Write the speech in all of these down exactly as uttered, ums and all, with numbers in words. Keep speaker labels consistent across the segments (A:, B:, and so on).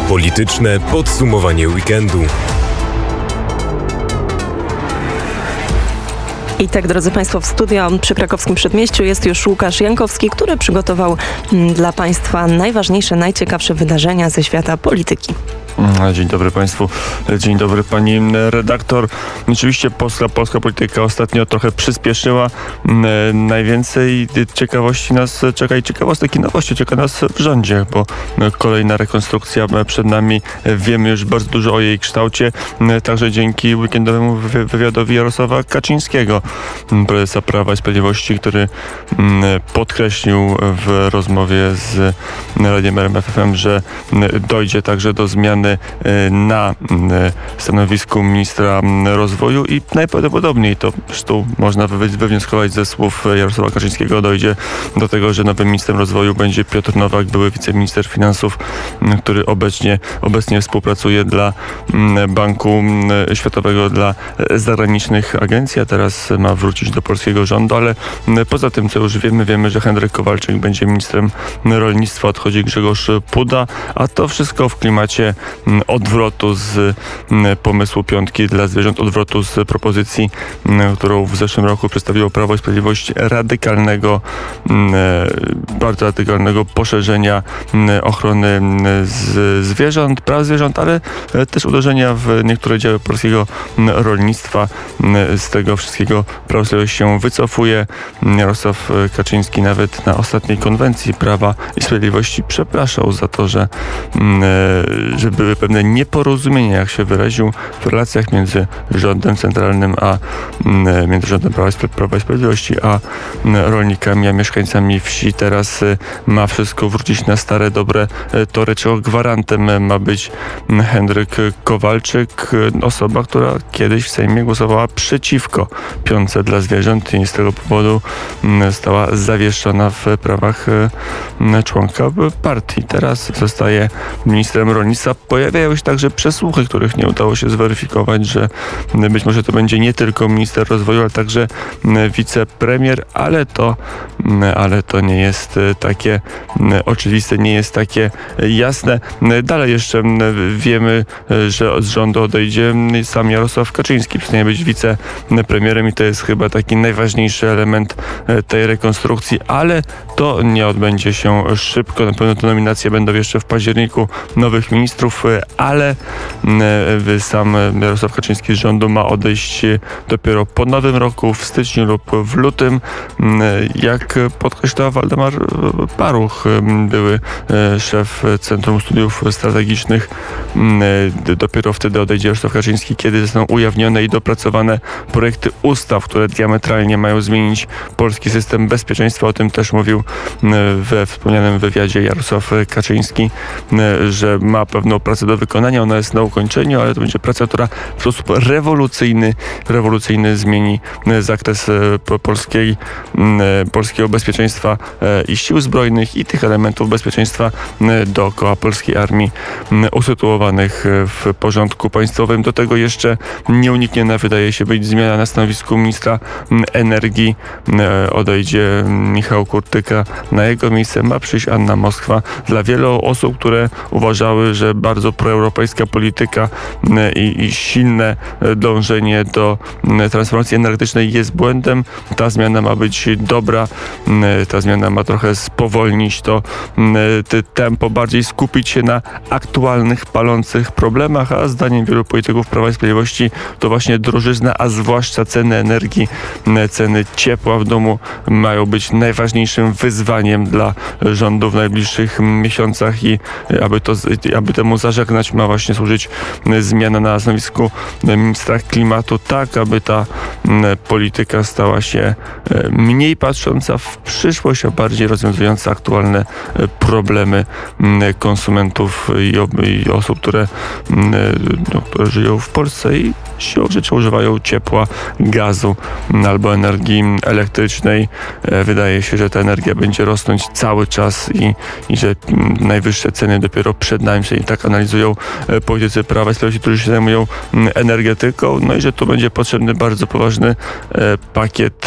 A: Polityczne podsumowanie weekendu.
B: I tak, drodzy Państwo, w studio przy Krakowskim Przedmieściu jest już Łukasz Jankowski, który przygotował dla Państwa najważniejsze, najciekawsze wydarzenia ze świata polityki.
C: Dzień dobry Państwu, dzień dobry Pani redaktor. Oczywiście polska, polska polityka ostatnio trochę przyspieszyła. Najwięcej ciekawości nas czeka i ciekawostek i nowości czeka nas w rządzie, bo kolejna rekonstrukcja przed nami. Wiemy już bardzo dużo o jej kształcie, także dzięki weekendowemu wywiadowi Jarosława Kaczyńskiego, prezesa Prawa i Sprawiedliwości, który podkreślił w rozmowie z Radiem R M F F M, że dojdzie także do zmiany na stanowisku ministra rozwoju i najprawdopodobniej to zresztą można wywnioskować ze słów Jarosława Kaczyńskiego, dojdzie do tego, że nowym ministrem rozwoju będzie Piotr Nowak, były wiceminister finansów, który obecnie, obecnie współpracuje dla Banku Światowego, dla zagranicznych agencji, a teraz ma wrócić do polskiego rządu, ale poza tym, co już wiemy, wiemy, że Henryk Kowalczyk będzie ministrem rolnictwa, odchodzi Grzegorz Puda, a to wszystko w klimacie odwrotu z pomysłu piątki dla zwierząt, odwrotu z propozycji, którą w zeszłym roku przedstawiło Prawo i Sprawiedliwość, radykalnego, bardzo radykalnego poszerzenia ochrony z zwierząt, praw zwierząt, ale też uderzenia w niektóre działy polskiego rolnictwa. Z tego wszystkiego Prawo i Sprawiedliwość się wycofuje. Jarosław Kaczyński nawet na ostatniej konwencji Prawa i Sprawiedliwości przepraszał za to, że, że były pewne nieporozumienia, jak się wyraził, w relacjach między rządem centralnym, a między rządem Prawa i Sprawiedliwości, a rolnikami, a mieszkańcami wsi. Teraz ma wszystko wrócić na stare, dobre tory, czego gwarantem ma być Henryk Kowalczyk, osoba, która kiedyś w Sejmie głosowała przeciwko piątce dla zwierząt i z tego powodu została zawieszona w prawach członka partii. Teraz zostaje ministrem rolnictwa. Pojawiają się także przesłuchy, których nie udało się zweryfikować, że być może to będzie nie tylko minister rozwoju, ale także wicepremier, ale to, ale to nie jest takie oczywiste, nie jest takie jasne. Dalej jeszcze wiemy, że z rządu odejdzie sam Jarosław Kaczyński, przestanie być wicepremierem i to jest chyba taki najważniejszy element tej rekonstrukcji, ale to nie odbędzie się szybko. Na pewno te nominacje będą jeszcze w październiku nowych ministrów, ale sam Jarosław Kaczyński z rządu ma odejść dopiero po nowym roku, w styczniu lub w lutym. Jak podkreślał Waldemar Paruch, były szef Centrum Studiów Strategicznych, dopiero wtedy odejdzie Jarosław Kaczyński, kiedy zostaną ujawnione i dopracowane projekty ustaw, które diametralnie mają zmienić polski system bezpieczeństwa. O tym też mówił we wspomnianym wywiadzie Jarosław Kaczyński, że ma pewną pracę do wykonania, ona jest na ukończeniu, ale to będzie praca, która w sposób rewolucyjny, rewolucyjny zmieni zakres polskiej, polskiego bezpieczeństwa i sił zbrojnych i tych elementów bezpieczeństwa dookoła polskiej armii usytuowanych w porządku państwowym. Do tego jeszcze nieunikniona wydaje się być zmiana na stanowisku ministra energii. Odejdzie Michał Kurtyka, na jego miejsce ma przyjść Anna Moskwa. Dla wielu osób, które uważały, że bardzo proeuropejska polityka i, i silne dążenie do transformacji energetycznej jest błędem, ta zmiana ma być dobra, ta zmiana ma trochę spowolnić to tempo, bardziej skupić się na aktualnych, palących problemach, a zdaniem wielu polityków Prawa i Sprawiedliwości to właśnie drożyzna, a zwłaszcza ceny energii, ceny ciepła w domu mają być najważniejszym wyzwaniem dla rządu w najbliższych miesiącach i aby, to, aby temu zażegnać, ma właśnie służyć zmiana na stanowisku ministra klimatu, tak aby ta polityka stała się mniej patrząca w przyszłość, a bardziej rozwiązująca aktualne problemy konsumentów i, i osób, które, no, które żyją w Polsce i siłą rzeczy używają ciepła, gazu albo energii elektrycznej. Wydaje się, że ta energia będzie rosnąć cały czas i, i że najwyższe ceny dopiero przed nami, czyli tak analizują politycy Prawa i Sprawiedliwości, którzy się zajmują energetyką, no i że tu będzie potrzebny bardzo poważny pakiet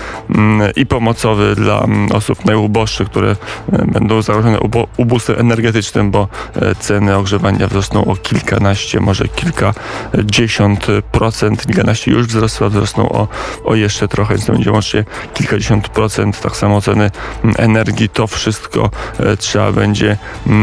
C: i pomocowy dla osób najuboższych, które będą zagrożone ubóstwem energetycznym, bo ceny ogrzewania wzrosną o kilkanaście, może kilkadziesiąt procent, kilkanaście już wzrosły, a wzrosną o, o jeszcze trochę, więc to będzie łącznie kilkadziesiąt procent, tak samo ceny energii. To wszystko trzeba będzie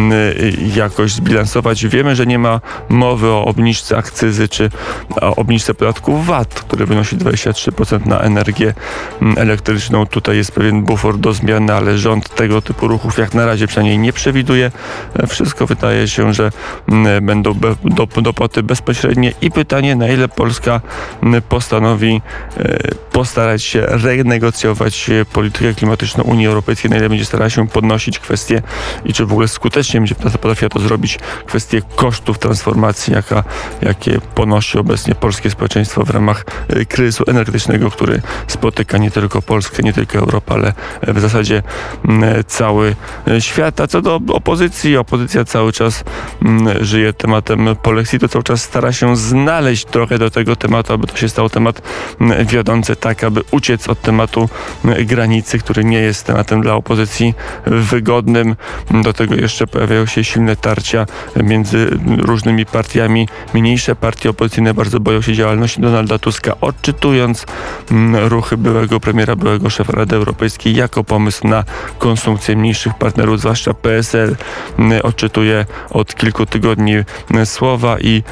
C: jakoś zbilansować. Wiemy, że nie ma mowy o obniżce akcyzy czy o obniżce podatku V A T, który wynosi dwadzieścia trzy procent na energię elektryczną. Tutaj jest pewien bufor do zmiany, ale rząd tego typu ruchów jak na razie przynajmniej nie przewiduje. Wszystko wydaje się, że będą be, do, dopłaty bezpośrednie i pytanie, na ile Polska postanowi postarać się renegocjować politykę klimatyczną Unii Europejskiej, na ile będzie starała się podnosić kwestie i czy w ogóle skutecznie będzie potrafiła to zrobić, kwestie kosztów transformacji, jaka, jakie ponosi obecnie polskie społeczeństwo w ramach kryzysu energetycznego, który spotyka nie tylko Polskę, nie tylko Europę, ale w zasadzie cały świat. A co do opozycji, opozycja cały czas żyje tematem polexitu, cały czas stara się znaleźć trochę do tego tematu, aby to się stał temat wiodący, tak aby uciec od tematu granicy, który nie jest tematem dla opozycji wygodnym. Do tego jeszcze pojawiają się silne tarcia między różnymi partiami. Mniejsze partie opozycyjne bardzo boją się działalności Donalda Tuska, odczytując ruchy byłego premiera, byłego szefa Rady Europejskiej jako pomysł na konsumpcję mniejszych partnerów, zwłaszcza P S L odczytuje od kilku tygodni słowa i,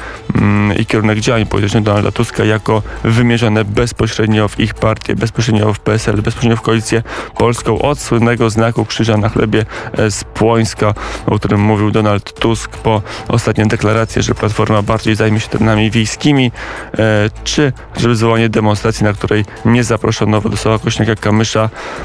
C: i kierunek działań politycznych Donalda Tuska jako wymierzone bezpośrednio w ich partię, bezpośrednio w P S L, bezpośrednio w Koalicję Polską, od słynnego znaku krzyża na chlebie z Płońska, o którym mówił Donald Tusk po ostatniej deklaracji, że Platforma bardziej zajmie się terenami wiejskimi, e, czy żeby zwołanie demonstracji, na której nie zaproszono Władysława Kosiniaka-Kamysza.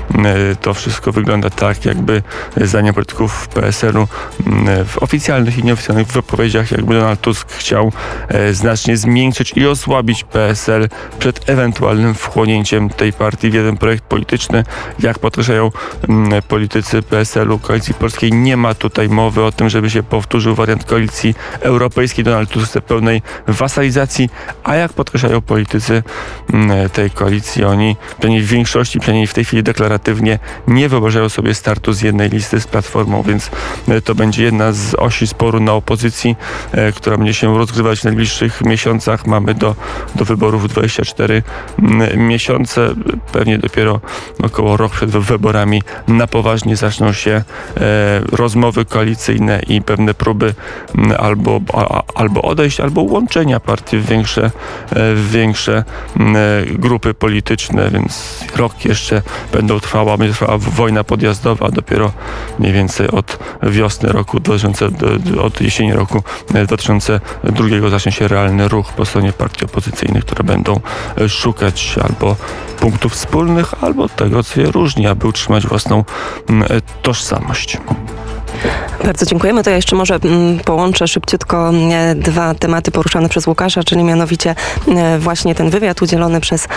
C: E, to wszystko wygląda tak, jakby zdaniem polityków P S L-u e, w oficjalnych i nieoficjalnych wypowiedziach, jakby Donald Tusk chciał e, znacznie zmiękczyć i osłabić P S L przed ewentualnym wchłonięciem tej partii w jeden projekt polityczny. Jak podkreślają m, politycy P S L-u, Koalicji Polskiej, nie ma tutaj mowy o tym, żeby się powtórzył wariant Koalicji Europejskiej. Donald Tusk chce pełnej wasalizacji, a jak podkreślają politycy m, tej koalicji, oni przynajmniej w większości, przynajmniej w tej chwili deklaratywnie nie wyobrażają sobie startu z jednej listy z Platformą, więc to będzie jedna z osi sporu na opozycji, e, która będzie się rozgrywać w najbliższych miesiącach. Mamy do, do wyborów dwadzieścia cztery miesiące. Pewnie dopiero około rok przed wyborami na poważnie zaczną się e, rozmowy koalicyjne i pewne próby m, albo, a, albo odejść, albo łączenia partii w większe, e, w większe m, grupy polityczne, więc rok jeszcze będą trwała, będzie trwała wojna podjazdowa, a dopiero mniej więcej od wiosny roku dwutysięcznego, od jesieni roku dwa tysiące drugiego zacznie się realny ruch po stronie partii opozycyjnych, które będą szukać albo punktów wspólnych, albo tego, co je różni, aby utrzymać własną tożsamość.
B: Bardzo dziękujemy. To ja jeszcze może mm, połączę szybciutko e, dwa tematy poruszane przez Łukasza, czyli mianowicie e, właśnie ten wywiad udzielony przez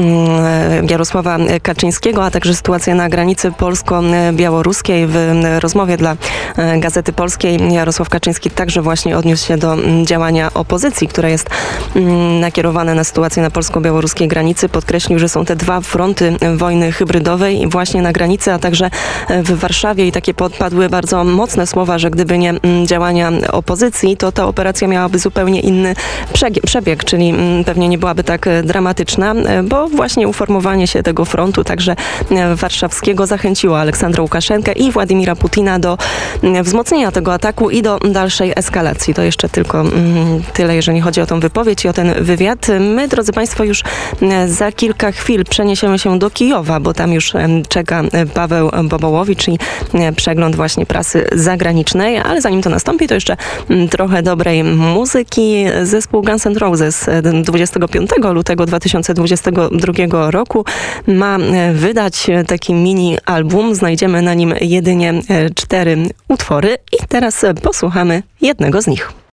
B: mm, Jarosława Kaczyńskiego, a także sytuację na granicy polsko-białoruskiej. W e, rozmowie dla e, Gazety Polskiej Jarosław Kaczyński także właśnie odniósł się do m, działania opozycji, które jest m, nakierowane na sytuację na polsko-białoruskiej granicy. Podkreślił, że są te dwa fronty wojny hybrydowej właśnie na granicy, a także w Warszawie i takie podpadły bardzo mocne słowa, że gdyby nie działania opozycji, to ta operacja miałaby zupełnie inny przebieg, czyli pewnie nie byłaby tak dramatyczna, bo właśnie uformowanie się tego frontu także warszawskiego zachęciło Aleksandra Łukaszenkę i Władimira Putina do wzmocnienia tego ataku i do dalszej eskalacji. To jeszcze tylko tyle, jeżeli chodzi o tą wypowiedź i o ten wywiad. My, drodzy Państwo, już za kilka chwil przeniesiemy się do Kijowa, bo tam już czeka Paweł Bobołowicz i przegląd właśnie prasy zagranicznej, ale zanim to nastąpi, to jeszcze trochę dobrej muzyki. Zespół Guns N' Roses dwudziestego piątego lutego dwa tysiące dwudziestego drugiego roku ma wydać taki mini album. Znajdziemy na nim jedynie cztery utwory i teraz posłuchamy jednego z nich.